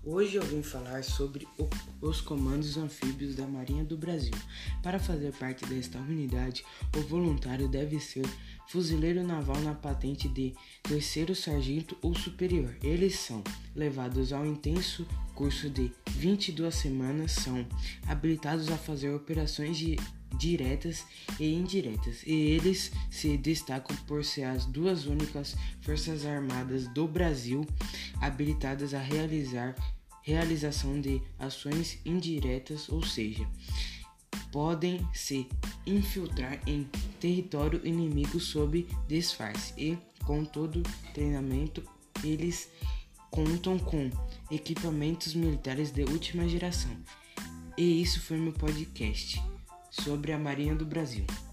Hoje eu vim falar sobre os comandos anfíbios da Marinha do Brasil. Para fazer parte desta unidade, o voluntário deve ser fuzileiro naval na patente de terceiro sargento ou superior. Eles são levados ao intenso curso de 22 semanas, são habilitados a fazer operações diretas e indiretas, e eles se destacam por ser as duas únicas forças armadas do Brasil habilitadas a realização de ações indiretas, ou seja, podem se infiltrar em território inimigo sob disfarce, e com todo treinamento eles contam com equipamentos militares de última geração. E isso foi meu podcast sobre a Marinha do Brasil.